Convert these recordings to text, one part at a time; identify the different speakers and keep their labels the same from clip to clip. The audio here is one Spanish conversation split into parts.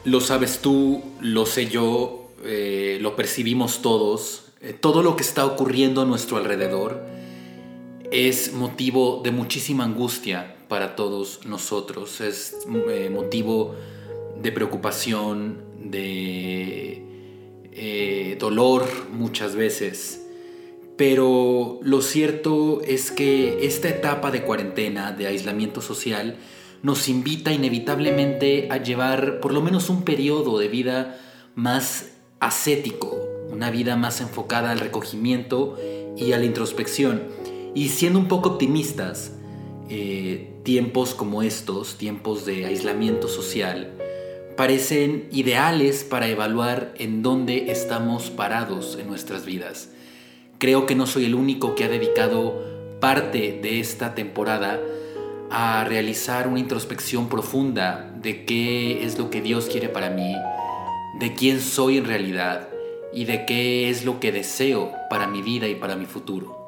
Speaker 1: Lo sabes tú, lo sé yo, lo percibimos todos. Todo lo que está ocurriendo a nuestro alrededor es motivo de muchísima angustia para todos nosotros. Es motivo de preocupación, de dolor muchas veces. Pero lo cierto es que esta etapa de cuarentena, de aislamiento social, nos invita inevitablemente a llevar por lo menos un periodo de vida más ascético, una vida más enfocada al recogimiento y a la introspección. Y siendo un poco optimistas, tiempos como estos, tiempos de aislamiento social, parecen ideales para evaluar en dónde estamos parados en nuestras vidas. Creo que no soy el único que ha dedicado parte de esta temporada a realizar una introspección profunda de qué es lo que Dios quiere para mí, de quién soy en realidad y de qué es lo que deseo para mi vida y para mi futuro.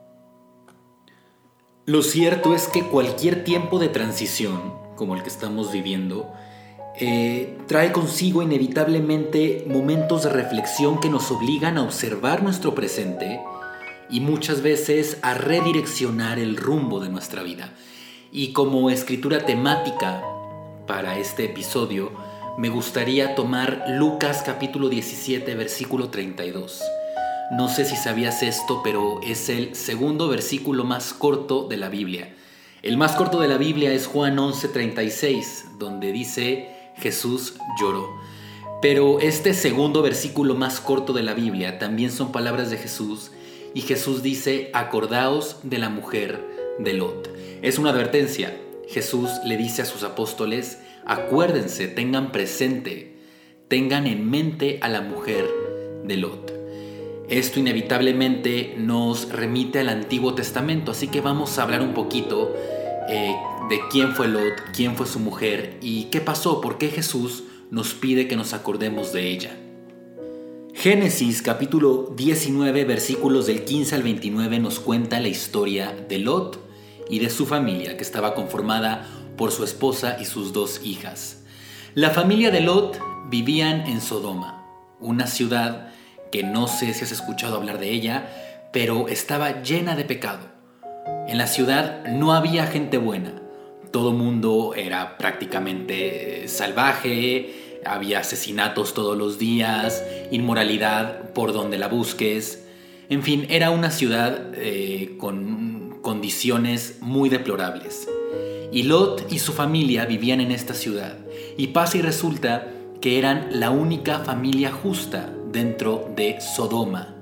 Speaker 1: Lo cierto es que cualquier tiempo de transición, como el que estamos viviendo, trae consigo inevitablemente momentos de reflexión que nos obligan a observar nuestro presente y muchas veces a redireccionar el rumbo de nuestra vida. Y como escritura temática para este episodio, me gustaría tomar Lucas capítulo 17, versículo 32. No sé si sabías esto, pero es el segundo versículo más corto de la Biblia. El más corto de la Biblia es Juan 11:36, donde dice: Jesús lloró. Pero este segundo versículo más corto de la Biblia también son palabras de Jesús, y Jesús dice: acordaos de la mujer de Lot. Es una advertencia. Jesús le dice a sus apóstoles: acuérdense, tengan presente, tengan en mente a la mujer de Lot. Esto inevitablemente nos remite al Antiguo Testamento, así que vamos a hablar un poquito de quién fue Lot, quién fue su mujer y qué pasó, por qué Jesús nos pide que nos acordemos de ella. Génesis capítulo 19 versículos del 15 al 29 nos cuenta la historia de Lot y de su familia, que estaba conformada por su esposa y sus dos hijas. La familia de Lot vivían en Sodoma, una ciudad que no sé si has escuchado hablar de ella, pero estaba llena de pecado. En la ciudad no había gente buena. Todo mundo era prácticamente salvaje, había asesinatos todos los días, inmoralidad por donde la busques. En fin, era una ciudad con condiciones muy deplorables. Y Lot y su familia vivían en esta ciudad. Y pasa y resulta que eran la única familia justa dentro de Sodoma.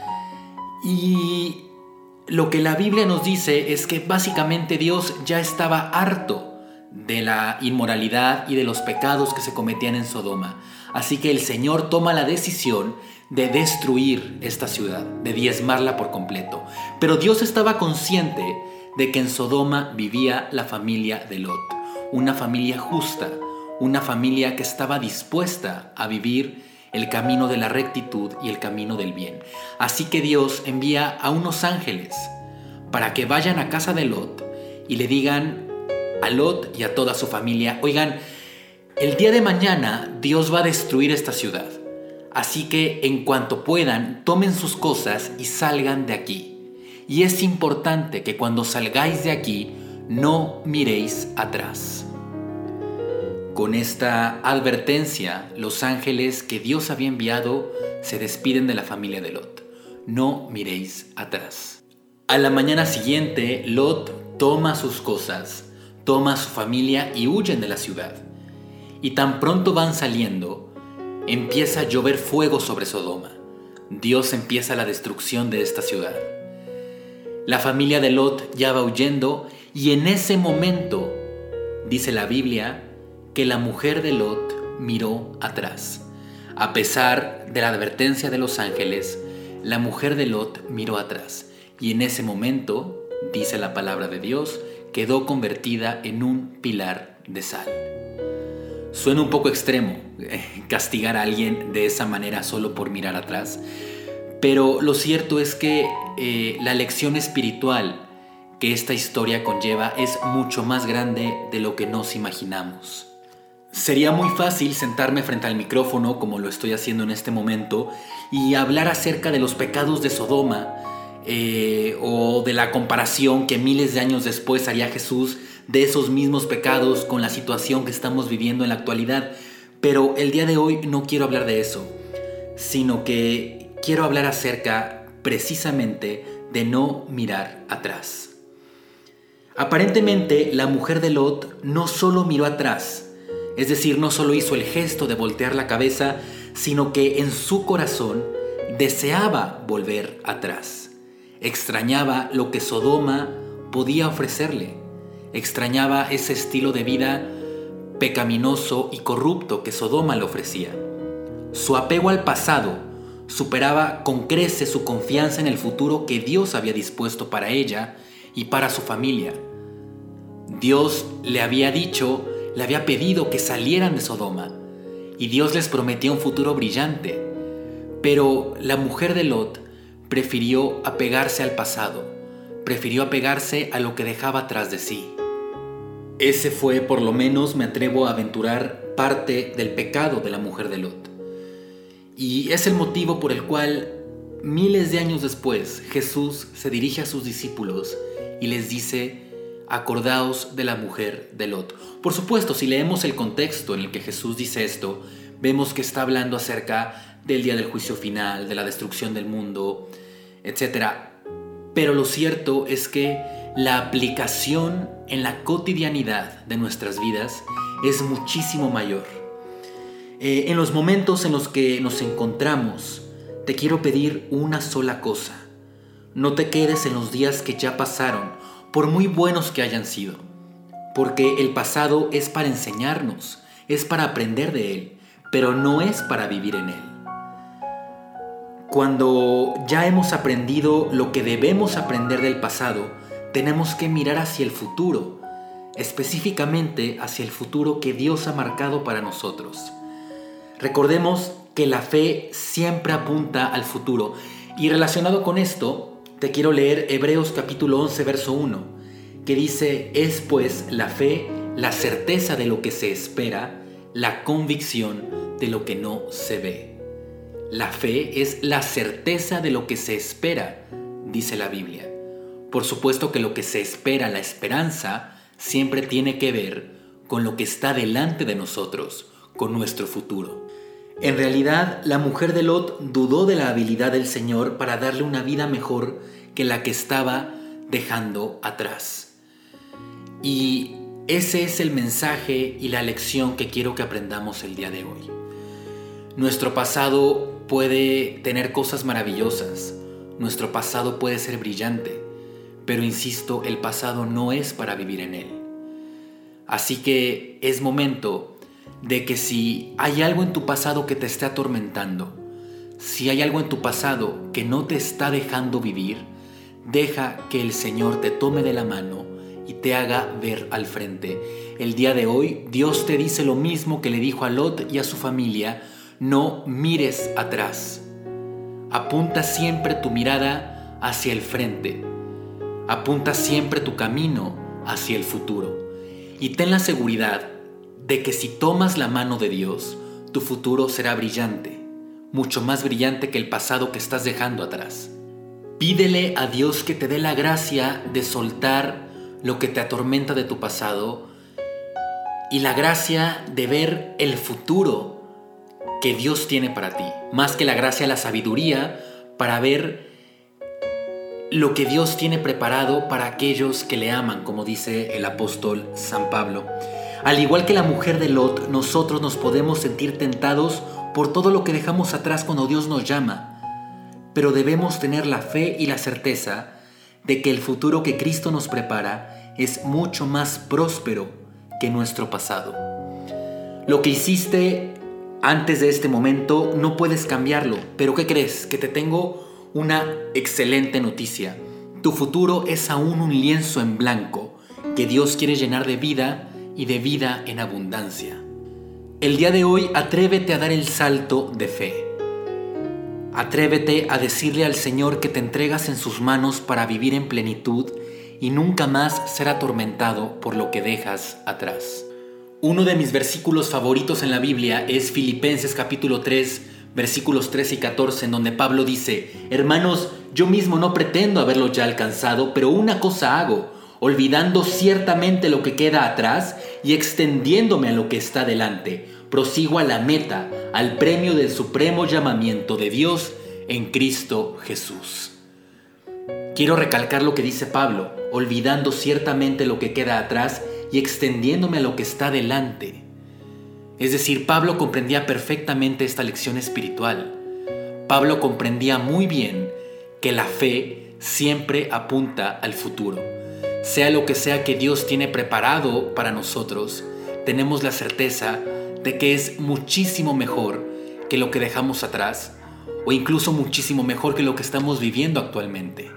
Speaker 1: Y lo que la Biblia nos dice es que básicamente Dios ya estaba harto de la inmoralidad y de los pecados que se cometían en Sodoma. Así que el Señor toma la decisión de destruir esta ciudad, de diezmarla por completo. Pero Dios estaba consciente de que en Sodoma vivía la familia de Lot, una familia justa, una familia que estaba dispuesta a vivir el camino de la rectitud y el camino del bien. Así que Dios envía a unos ángeles para que vayan a casa de Lot y le digan a Lot y a toda su familia: oigan, el día de mañana Dios va a destruir esta ciudad. Así que en cuanto puedan, tomen sus cosas y salgan de aquí. Y es importante que cuando salgáis de aquí, no miréis atrás. Con esta advertencia, los ángeles que Dios había enviado se despiden de la familia de Lot. No miréis atrás. A la mañana siguiente, Lot toma sus cosas, toma a su familia y huyen de la ciudad. Y tan pronto van saliendo, empieza a llover fuego sobre Sodoma. Dios empieza la destrucción de esta ciudad. La familia de Lot ya va huyendo y en ese momento, dice la Biblia, que la mujer de Lot miró atrás. A pesar de la advertencia de los ángeles, la mujer de Lot miró atrás. Y en ese momento, dice la palabra de Dios, quedó convertida en un pilar de sal. Suena un poco extremo castigar a alguien de esa manera solo por mirar atrás, pero lo cierto es que la lección espiritual que esta historia conlleva es mucho más grande de lo que nos imaginamos. Sería muy fácil sentarme frente al micrófono, como lo estoy haciendo en este momento, y hablar acerca de los pecados de Sodoma, o de la comparación que miles de años después haría Jesús de esos mismos pecados con la situación que estamos viviendo en la actualidad. Pero el día de hoy no quiero hablar de eso, sino que quiero hablar acerca precisamente de no mirar atrás. Aparentemente, la mujer de Lot no solo miró atrás, es decir, no solo hizo el gesto de voltear la cabeza, sino que en su corazón deseaba volver atrás. Extrañaba lo que Sodoma podía ofrecerle. Extrañaba ese estilo de vida pecaminoso y corrupto que Sodoma le ofrecía. Su apego al pasado superaba con creces su confianza en el futuro que Dios había dispuesto para ella y para su familia. Dios le había pedido que salieran de Sodoma, y Dios les prometía un futuro brillante. Pero la mujer de Lot prefirió apegarse al pasado, prefirió apegarse a lo que dejaba atrás de sí. Ese fue, por lo menos me atrevo a aventurar, parte del pecado de la mujer de Lot. Y es el motivo por el cual, miles de años después, Jesús se dirige a sus discípulos y les dice: acordaos de la mujer de Lot. Por supuesto, si leemos el contexto en el que Jesús dice esto, vemos que está hablando acerca del día del juicio final, de la destrucción del mundo, etc. Pero lo cierto es que la aplicación en la cotidianidad de nuestras vidas es muchísimo mayor. En los momentos en los que nos encontramos, te quiero pedir una sola cosa: no te quedes en los días que ya pasaron, por muy buenos que hayan sido, porque el pasado es para enseñarnos, es para aprender de él, pero no es para vivir en él. Cuando ya hemos aprendido lo que debemos aprender del pasado, tenemos que mirar hacia el futuro, específicamente hacia el futuro que Dios ha marcado para nosotros. Recordemos que la fe siempre apunta al futuro, y relacionado con esto, te quiero leer Hebreos capítulo 11, verso 1, que dice: es pues la fe la certeza de lo que se espera, la convicción de lo que no se ve. La fe es la certeza de lo que se espera, dice la Biblia. Por supuesto que lo que se espera, la esperanza, siempre tiene que ver con lo que está delante de nosotros, con nuestro futuro. En realidad, la mujer de Lot dudó de la habilidad del Señor para darle una vida mejor que la que estaba dejando atrás. Y ese es el mensaje y la lección que quiero que aprendamos el día de hoy. Nuestro pasado puede tener cosas maravillosas, nuestro pasado puede ser brillante, pero insisto, el pasado no es para vivir en él. Así que es momento de que si hay algo en tu pasado que te esté atormentando, si hay algo en tu pasado que no te está dejando vivir, deja que el Señor te tome de la mano y te haga ver al frente. El día de hoy, Dios te dice lo mismo que le dijo a Lot y a su familia: no mires atrás. Apunta siempre tu mirada hacia el frente. Apunta siempre tu camino hacia el futuro. Y ten la seguridad de que si tomas la mano de Dios, tu futuro será brillante, mucho más brillante que el pasado que estás dejando atrás. Pídele a Dios que te dé la gracia de soltar lo que te atormenta de tu pasado y la gracia de ver el futuro que Dios tiene para ti, más que la gracia, la sabiduría para ver lo que Dios tiene preparado para aquellos que le aman, como dice el apóstol San Pablo. Al igual que la mujer de Lot, nosotros nos podemos sentir tentados por todo lo que dejamos atrás cuando Dios nos llama, pero debemos tener la fe y la certeza de que el futuro que Cristo nos prepara es mucho más próspero que nuestro pasado. Lo que hiciste antes de este momento no puedes cambiarlo, pero ¿qué crees? Que te tengo una excelente noticia. Tu futuro es aún un lienzo en blanco que Dios quiere llenar de vida y de vida en abundancia. El día de hoy, atrévete a dar el salto de fe. Atrévete a decirle al Señor que te entregas en sus manos para vivir en plenitud y nunca más ser atormentado por lo que dejas atrás. Uno de mis versículos favoritos en la Biblia es Filipenses capítulo 3, versículos 13 y 14, en donde Pablo dice: Hermanos, yo mismo no pretendo haberlo ya alcanzado, pero una cosa hago, olvidando ciertamente lo que queda atrás y extendiéndome a lo que está delante, prosigo a la meta, al premio del supremo llamamiento de Dios en Cristo Jesús. Quiero recalcar lo que dice Pablo: olvidando ciertamente lo que queda atrás y extendiéndome a lo que está delante. Es decir, Pablo comprendía perfectamente esta lección espiritual. Pablo comprendía muy bien que la fe siempre apunta al futuro. Sea lo que sea que Dios tiene preparado para nosotros, tenemos la certeza de que es muchísimo mejor que lo que dejamos atrás, o incluso muchísimo mejor que lo que estamos viviendo actualmente.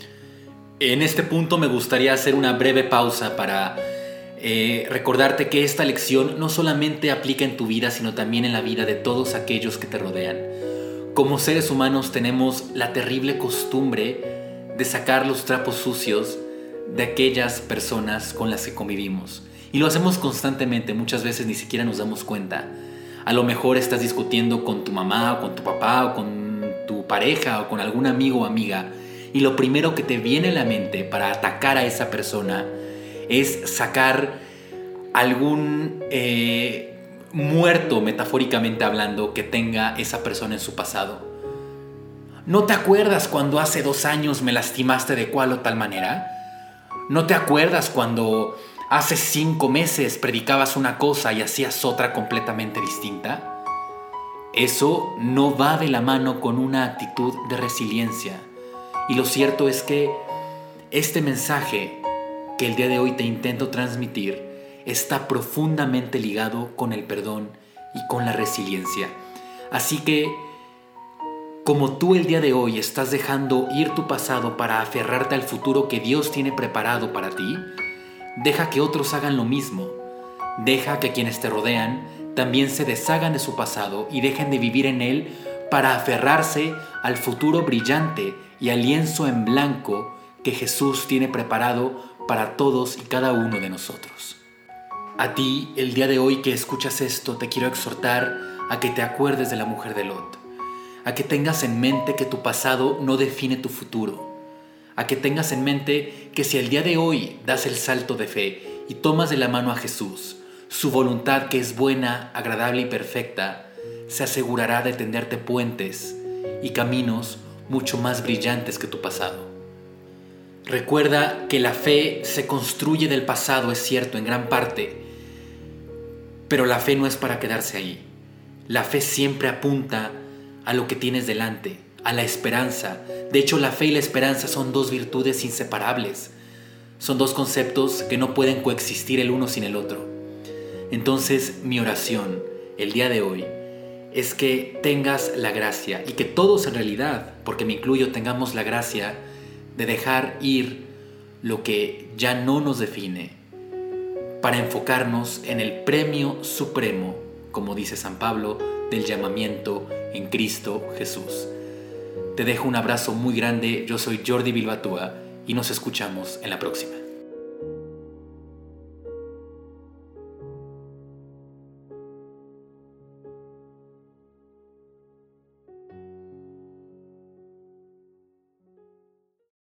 Speaker 1: En este punto me gustaría hacer una breve pausa para recordarte que esta lección no solamente aplica en tu vida, sino también en la vida de todos aquellos que te rodean. Como seres humanos tenemos la terrible costumbre de sacar los trapos sucios de aquellas personas con las que convivimos. Y lo hacemos constantemente, muchas veces ni siquiera nos damos cuenta. A lo mejor estás discutiendo con tu mamá o con tu papá o con tu pareja o con algún amigo o amiga, y lo primero que te viene a la mente para atacar a esa persona es sacar algún muerto, metafóricamente hablando, que tenga esa persona en su pasado. ¿No te acuerdas cuando hace 2 años me lastimaste de cual o tal manera? ¿No te acuerdas cuando hace 5 meses predicabas una cosa y hacías otra completamente distinta? Eso no va de la mano con una actitud de resiliencia. Y lo cierto es que este mensaje que el día de hoy te intento transmitir está profundamente ligado con el perdón y con la resiliencia. Así que, como tú el día de hoy estás dejando ir tu pasado para aferrarte al futuro que Dios tiene preparado para ti, deja que otros hagan lo mismo. Deja que quienes te rodean también se deshagan de su pasado y dejen de vivir en él para aferrarse al futuro brillante y al lienzo en blanco que Jesús tiene preparado para todos y cada uno de nosotros. A ti, el día de hoy que escuchas esto, te quiero exhortar a que te acuerdes de la mujer de Lot, a que tengas en mente que tu pasado no define tu futuro, a que tengas en mente que si el día de hoy das el salto de fe y tomas de la mano a Jesús, su voluntad, que es buena, agradable y perfecta, se asegurará de tenderte puentes y caminos mucho más brillantes que tu pasado. Recuerda que la fe se construye del pasado, es cierto, en gran parte, pero la fe no es para quedarse ahí. La fe siempre apunta a lo que tienes delante, a la esperanza. De hecho, la fe y la esperanza son 2 virtudes inseparables. Son 2 conceptos que no pueden coexistir el uno sin el otro. Entonces, mi oración el día de hoy es que tengas la gracia, y que todos en realidad, porque me incluyo, tengamos la gracia de dejar ir lo que ya no nos define, para enfocarnos en el premio supremo, como dice San Pablo, del llamamiento en Cristo Jesús. Te dejo un abrazo muy grande. Yo soy Jordi Bilbatúa y nos escuchamos en la próxima.